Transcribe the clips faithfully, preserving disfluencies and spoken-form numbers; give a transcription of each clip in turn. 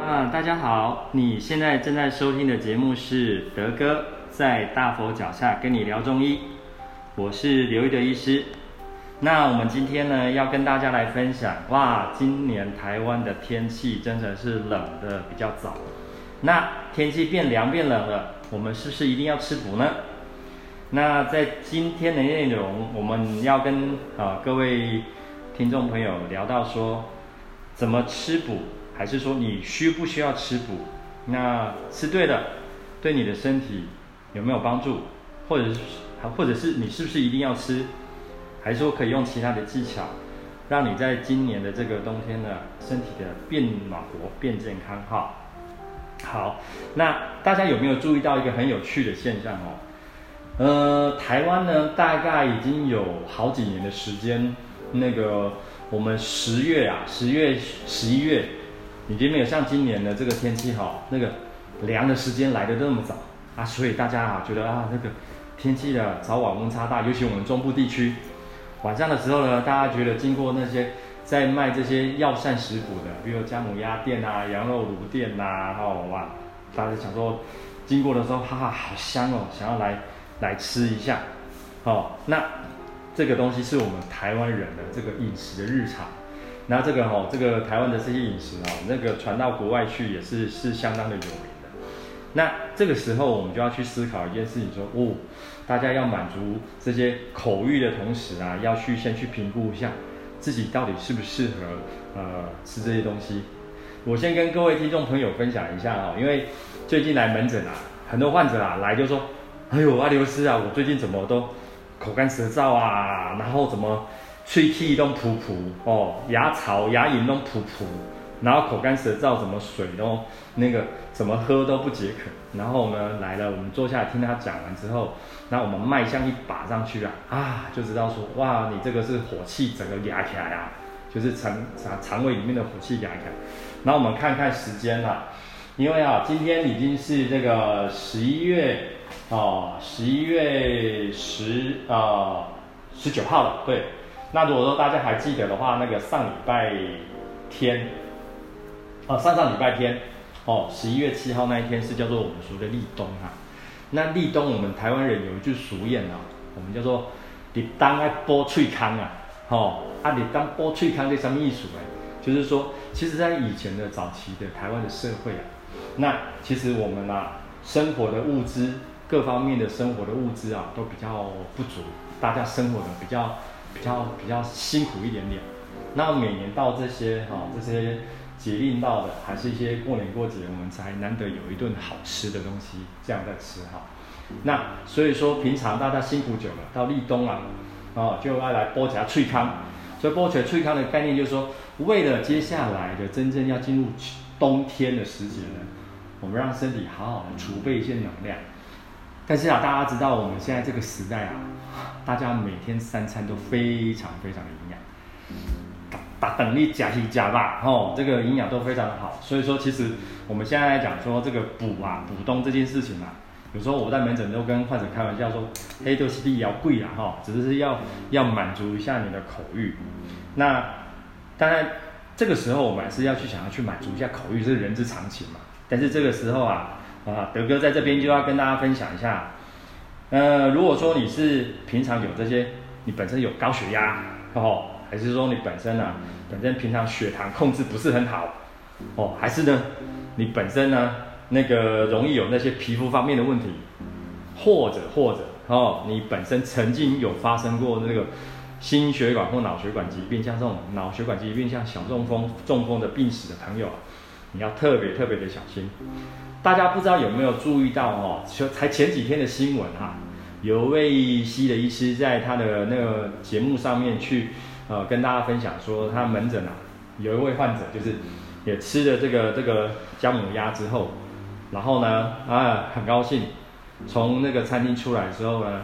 啊，大家好，你现在正在收听的节目是德哥在大佛脚下跟你聊中医，我是刘一德医师。那我们今天呢要跟大家来分享，哇，今年台湾的天气真的是冷的比较早。那天气变凉变冷了，我们是不是一定要吃补呢？那在今天的内容，我们要跟啊各位听众朋友聊到说，怎么吃补，还是说你需不需要吃补？那吃对了，对你的身体有没有帮助？或者是或者是你是不是一定要吃？还是说可以用其他的技巧，让你在今年的这个冬天呢，身体的变暖和、变健康哈。好，那大家有没有注意到一个很有趣的现象哦？呃，台湾呢，大概已经有好几年的时间，那个我们十月啊，十月、十一月，已经没有像今年的这个天气哈，那个凉的时间来得那么早啊，所以大家啊觉得啊，那个天气的早晚温差大，尤其我们中部地区。晚上的时候呢，大家觉得经过那些在卖这些药膳食补的，比如姜母鸭店啊、羊肉炉店呐、啊，哦哇，大家想说经过的时候，哈哈，好香哦，想要来来吃一下，哦，那这个东西是我们台湾人的这个饮食的日常。那这个哦，这个台湾的这些饮食哦，那个传到国外去也是是相当的有名的。那这个时候我们就要去思考一件事情说，哦。大家要满足这些口欲的同时啊，要去先去评估一下自己到底适不适合呃吃这些东西。我先跟各位听众朋友分享一下哦，因为最近来门诊啊，很多患者啊来就说，哎呦阿刘师啊，我最近怎么都口干舌燥啊，然后怎么喙齿都噗噗哦，牙槽牙龈都噗噗，然后口干舌燥，怎么水都那个怎么喝都不解渴。然后呢来了，我们坐下来听他讲完之后，那我们脉象一把上去啊，啊就知道说，哇，你这个是火气整个压起来啊，就是肠肠肠胃里面的火气压起来。然后我们看看时间啦，因为啊今天已经是这个十一月哦，十一月十呃十九号了，对。那如果说大家还记得的话，那个上礼拜天，哦上上礼拜天。哦，十一月七号那一天是叫做我们俗的立冬哈、啊。那立冬我们台湾人有一句俗谚啊，我们叫做“立冬爱剥脆糠啊”。哦，啊立冬剥脆糠这什么意思呢？就是说，其实在以前的早期的台湾的社会啊，那其实我们啊生活的物资各方面的生活的物资啊都比较不足，大家生活的比较比较比较辛苦一点点。那每年到这些哈、哦、这些。节令到的，还是一些过年过节，我们才难得有一顿好吃的东西，这样在吃哈。那所以说，平常大家辛苦久了，到立冬啊，哦，就要来剥起来脆糠。所以剥起来脆糠的概念就是说，为了接下来的真正要进入冬天的时节呢，我们让身体好好的储备一些能量。但是啊，大家知道我们现在这个时代啊，大家每天三餐都非常非常的营养。打等力加稀加吧，哦，这个营养都非常的好，所以说其实我们现在来讲说这个补啊补冬这件事情啊，有时候我在门诊都跟患者开玩笑说，黑豆西地也要贵啦哈，只是要要满足一下你的口欲。那当然这个时候我们还是要去想要去满足一下口欲，这是人之常情嘛。但是这个时候啊啊德哥在这边就要跟大家分享一下，呃，如果说你是平常有这些，你本身有高血压哦。还是说你本身啊，本身平常血糖控制不是很好，哦，还是呢，你本身呢那个容易有那些皮肤方面的问题，或者或者哦，你本身曾经有发生过那个心血管或脑血管疾病，像这种脑血管疾病，像小中风、中风的病史的朋友啊，你要特别特别的小心。大家不知道有没有注意到哦，才前几天的新闻哈、啊，有一位西的医师在他的那个节目上面去。呃，跟大家分享说，他门诊啊，有一位患者就是也吃了这个这个姜母鸭之后，然后呢，啊，很高兴，从那个餐厅出来之后呢，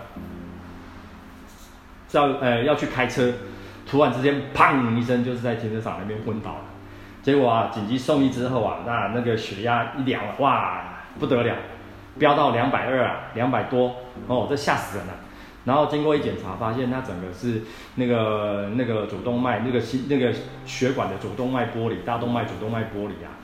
要呃要去开车，突然之间砰一声，就是在停车场那边昏倒了。结果啊，紧急送医之后啊，那那个血压一量，哇，不得了，飙到两百二啊，两百多，哦，这吓死人了。然后经过一检查，发现它整个是那个那个主动脉那个心那个血管的主动脉剥离，大动脉主动脉剥离啊，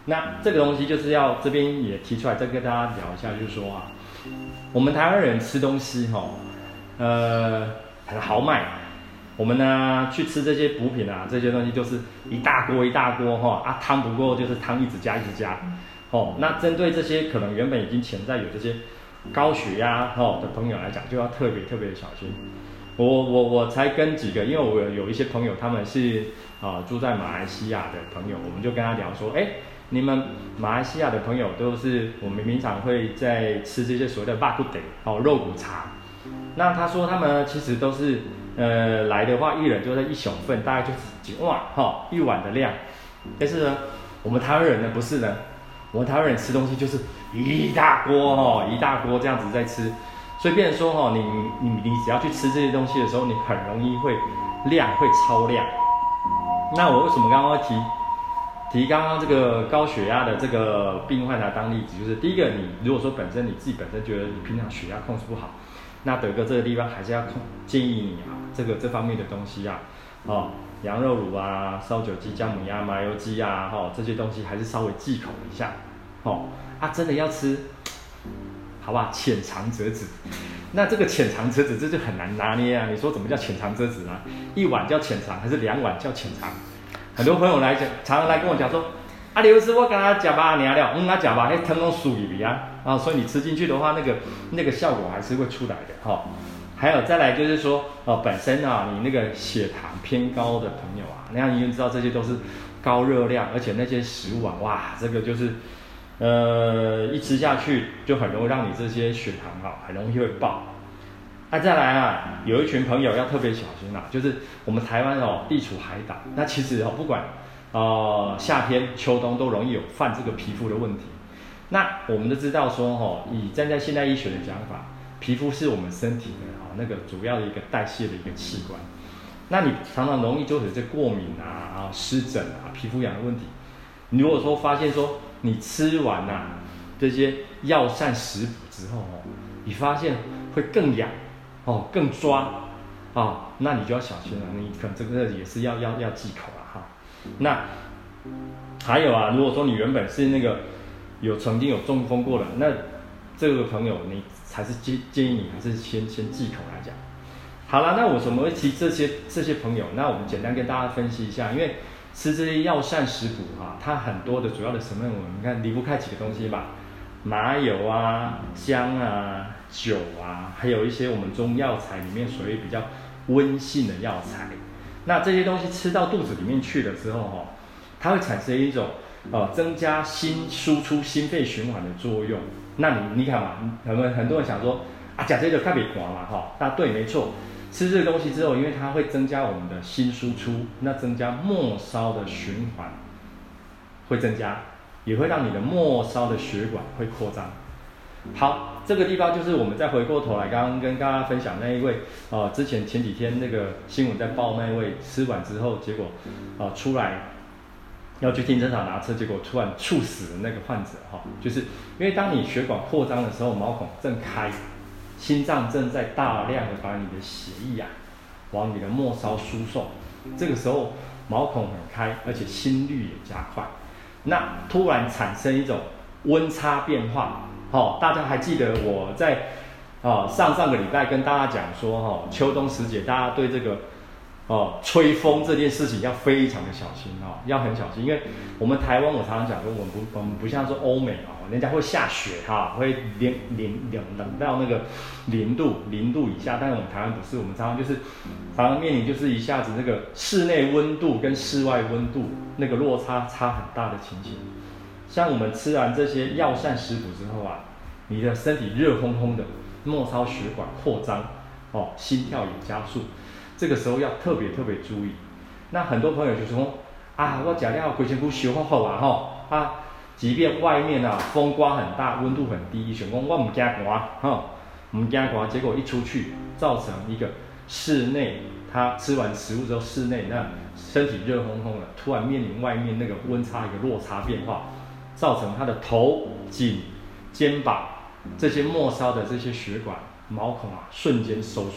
那这个东西就是要这边也提出来，再跟大家聊一下，就是说啊，我们台湾人吃东西哈，呃，很豪迈。我们呢去吃这些补品啊，这些东西就是一大锅一大锅哈啊，汤不够就是汤一直加一直加。哦，那针对这些可能原本已经潜在有这些高血压哦的朋友来讲，就要特别特别小心。我我我才跟几个，因为我有有一些朋友他们是啊、呃、住在马来西亚的朋友，我们就跟他聊说，哎，你们马来西亚的朋友都是我们平常会在吃这些所谓的肉骨茶哦肉骨茶。那他说他们其实都是呃来的话，一人就在一小份，大概就是几碗哈一碗的量。但是呢，我们台湾人呢不是呢，我们台湾人吃东西就是一大锅哈一大锅这样子在吃。所以变成说哈，你你你只要去吃这些东西的时候，你很容易会量会超量。那我为什么刚刚提提刚刚这个高血压的这个病患来当例子？就是第一个，你如果说本身你自己本身觉得你平常血压控制不好，那德哥这个地方还是要控建议你啊，这个这方面的东西啊，哦，羊肉卤啊、烧酒鸡、姜母鸭、麻油鸡啊，哈、哦，这些东西还是稍微忌口一下。哦，啊，真的要吃。好吧，浅尝辄止。那这个浅尝辄止，这就很难拿捏啊！你说怎么叫浅尝辄止呢？一碗叫浅尝，还是两碗叫浅尝？很多朋友来讲，常常来跟我讲说，啊，刘师，我跟他假吧，你了，嗯，他假吧，那汤都输一啊，啊，所以你吃进去的话，那个那个效果还是会出来的哈、哦。还有再来就是说，哦，本身啊，你那个血糖偏高的朋友啊，那样你就知道这些都是高热量，而且那些食物啊，哇，这个就是。呃，一吃下去就很容易让你这些血糖啊，很容易会爆。那、啊、再来啊，有一群朋友要特别小心啦、啊，就是我们台湾哦，地处海岛，那其实哦，不管呃夏天、秋冬都容易有犯这个皮肤的问题。那我们都知道说哦，以站在现代医学的讲法，皮肤是我们身体的哦那个主要的一个代谢的一个器官。那你常常容易就有这过敏啊、啊湿疹啊、皮肤痒的问题。你如果说发现说，你吃完啊这些药膳食补之后哦，你发现会更痒哦，更抓哦，那你就要小心了，你可能这个也是要要要忌口了哈。那还有啊，如果说你原本是那个有曾经有中风过的，那这个朋友你还是建建议你还是先先忌口来讲。好了，那我怎么会提这些这些朋友？那我们简单跟大家分析一下，因为。吃这些药膳食补啊，它很多的主要的成分，我们看离不开几个东西吧，麻油啊、姜啊、酒啊，还有一些我们中药材里面属于比较温性的药材。那这些东西吃到肚子里面去了之后哈、哦，它会产生一种呃增加心输出、心肺循环的作用。那你你看嘛，很多很多人想说啊，讲这个特别广嘛哈，那对，没错。吃这个东西之后，因为它会增加我们的心输出，那增加末梢的循环会增加，也会让你的末梢的血管会扩张。好，这个地方就是我们再回过头来，刚刚跟大家分享那一位，呃，之前前几天那个新闻在报那一位吃完之后，结果呃出来要去停车场拿车，结果突然猝死的那个患者哈、哦，就是因为当你血管扩张的时候，毛孔正开。心脏正在大量的把你的血液啊往你的末梢输送，这个时候毛孔很开，而且心率也加快，那突然产生一种温差变化。哦，大家还记得我在哦上上个礼拜跟大家讲说，哦秋冬时节大家对这个哦吹风这件事情要非常的小心哦，要很小心，因为我们台湾我常常讲说，我们不我们不像说欧美哦。人家会下雪哈，会零零冷冷到那个零度零度以下，但是我们台湾不是，我们常常就是常常面临就是一下子那个室内温度跟室外温度那个落差差很大的情形。像我们吃完这些药膳食补之后啊，你的身体热烘烘的，末梢血管扩张，哦，心跳也加速，这个时候要特别特别注意。那很多朋友就说啊，我吃了规身躯烧好好啊吼啊。即便外面啊风刮很大，温度很低，想讲我唔惊寒，哈，唔惊寒，结果一出去，造成一个室内，他吃完食物之后，室内那身体热烘烘的，突然面临外面那个温差一个落差变化，造成他的头、颈、肩膀这些末梢的这些血管毛孔啊瞬间收缩，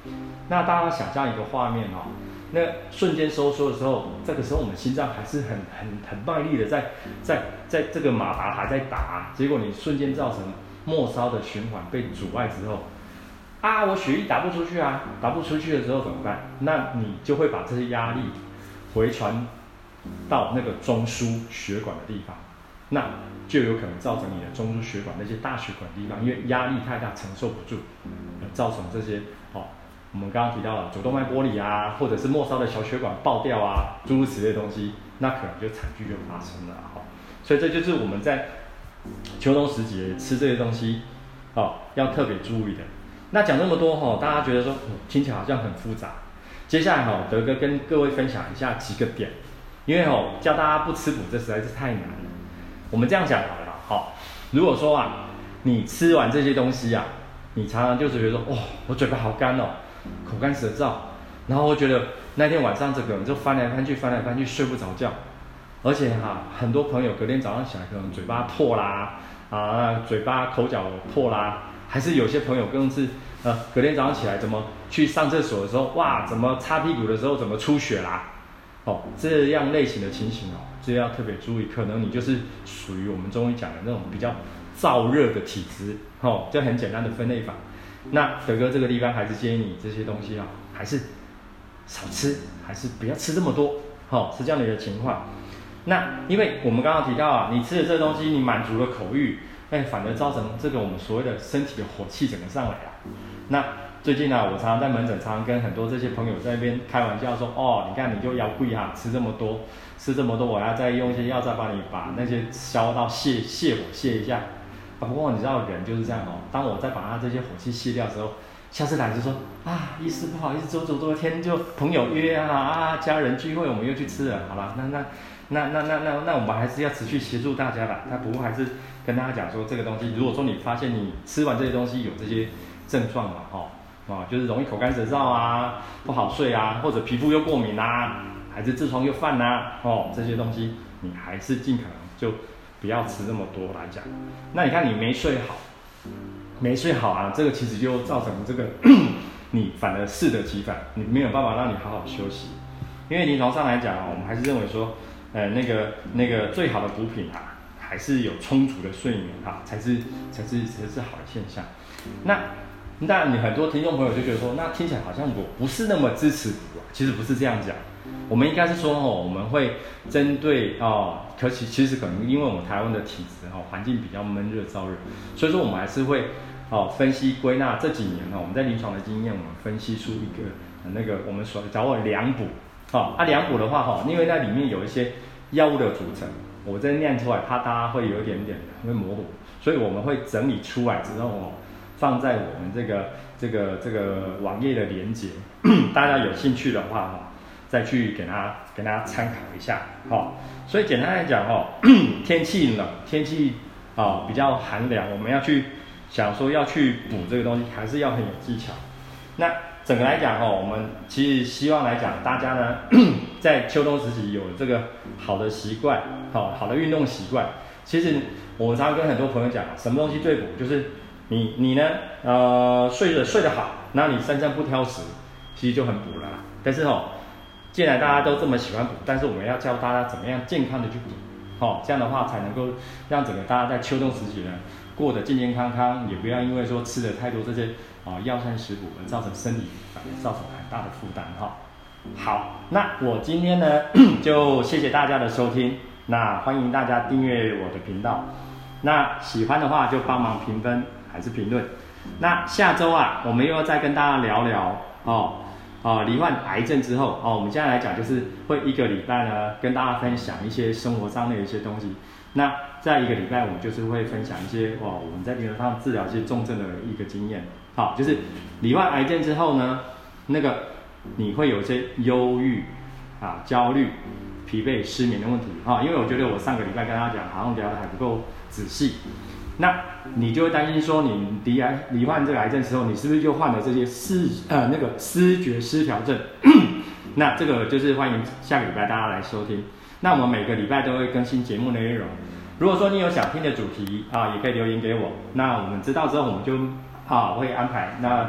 那大家想象一个画面哦，那瞬间收缩的时候，这个时候我们心脏还是很很很卖力的在在在这个马达还在打，结果你瞬间造成末梢的循环被阻碍之后，啊，我血液打不出去啊，打不出去的时候怎么办？那你就会把这些压力回传到那个中枢血管的地方，那就有可能造成你的中枢血管那些大血管的地方，因为压力太大承受不住，造成这些哦，我们刚刚提到了主动脉剥离啊，或者是末梢的小血管爆掉啊，诸如此类的东西，那可能就惨剧就发生了哈、哦。所以这就是我们在秋冬时节吃这些东西哦要特别注意的。那讲这么多哈、哦，大家觉得说、嗯、听起来好像很复杂。接下来哈、哦，德哥跟各位分享一下几个点，因为哦叫大家不吃补这实在是太难了。我们这样讲好了，好、哦，如果说啊你吃完这些东西啊，你常常就是觉得说，哇、哦，我嘴巴好干哦，口干舌燥，然后我觉得那天晚上这个就翻来翻去，翻来翻去睡不着觉，而且哈、啊，很多朋友隔天早上起来可能嘴巴破啦，啊，嘴巴口角破啦，还是有些朋友更是呃隔天早上起来怎么去上厕所的时候，哇，怎么擦屁股的时候怎么出血啦，哦，这样类型的情形哦，这要特别注意，可能你就是属于我们中医讲的那种比较燥热的体质，哦，这很简单的分类法。那德哥这个地方还是建议你这些东西啊、哦，还是少吃，还是不要吃这么多，哦，是这样的一个情况。那因为我们刚刚提到啊，你吃的这个东西，你满足了口欲，哎，反而造成这个我们所谓的身体的火气整个上来了。那最近啊，我常常在门诊，常常跟很多这些朋友在那边开玩笑说，哦，你看你就腰贵哈，吃这么多，吃这么多，我要再用一些药再帮你把那些消到泄泄火泄一下。啊，不过你知道人就是这样哦，当我再把他这些火气泄掉之后，下次来就说啊，医师不好意思，走走多天就朋友约啊啊，家人聚会我们又去吃了，好了，那那那那那那那我们还是要持续协助大家啦。他不过还是跟大家讲说，这个东西，如果说你发现你吃完这些东西有这些症状了哈，啊，就是容易口干舌燥啊，不好睡啊，或者皮肤又过敏啊，还是痔疮又犯啊，哦，这些东西你还是尽可能就不要吃那么多来讲。那你看你没睡好，没睡好啊，这个其实就造成这个你反而适得其反，你没有办法让你好好休息。因为临床上来讲啊，我们还是认为说，呃，那个那个最好的补品啊，还是有充足的睡眠啊，才是才是才是好的现象。那那你很多听众朋友就觉得说，那听起来好像我不是那么支持补啊，其实不是这样讲。我们应该是说哦，我们会针对哦，可其其实可能因为我们台湾的体质哦，环境比较闷热燥热，所以说我们还是会哦分析归纳这几年哦我们在临床的经验，我们分析出一个、呃、那个我们所叫做良补。哦，啊良补的话哈、哦，因为在里面有一些药物的组成，我再念出来，怕大家会有一点点会模糊，所以我们会整理出来之后哦，放在我们这个这个这个网页的连结，大家有兴趣的话哈。再去给大家给大家参考一下，哦，所以简单来讲哦，天气冷，天气啊、哦、比较寒凉，我们要去想说要去补这个东西，还是要很有技巧。那整个来讲哦，我们其实希望来讲，大家呢在秋冬时期有这个好的习惯，好、哦、好的运动习惯。其实我们常常跟很多朋友讲，什么东西最补，就是你你呢呃睡得睡得好，那你三餐不挑食，其实就很补了啦。但是哦。既然大家都这么喜欢补，但是我们要教大家怎么样健康的去补，哦，这样的话才能够让整个大家在秋冬时期呢过得健健康康，也不要因为说吃了太多这些啊药膳食补而造成身体反而造成很大的负担哈、哦。好，那我今天呢就谢谢大家的收听，那欢迎大家订阅我的频道，那喜欢的话就帮忙评分还是评论。那下周啊，我们又要再跟大家聊聊哦。啊，罹患癌症之后，哦，我们现在来讲就是会一个礼拜呢，跟大家分享一些生活上的一些东西。那在一个礼拜，我们就是会分享一些哇，我们在临床上治疗一些重症的一个经验。好，就是罹患癌症之后呢，那个你会有一些忧郁啊、焦虑、疲惫、失眠的问题啊。因为我觉得我上个礼拜跟大家讲，好像聊得还不够仔细。那你就会担心说，你罹癌罹患这个癌症之后，你是不是就患了这些视呃那个思觉失调症？那这个就是欢迎下个礼拜大家来收听。那我们每个礼拜都会更新节目内容。如果说你有想听的主题啊，也可以留言给我。那我们知道之后，我们就啊会安排。那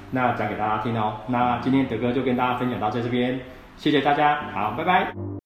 那讲给大家听哦。那今天德哥就跟大家分享到这边，谢谢大家，好，拜拜。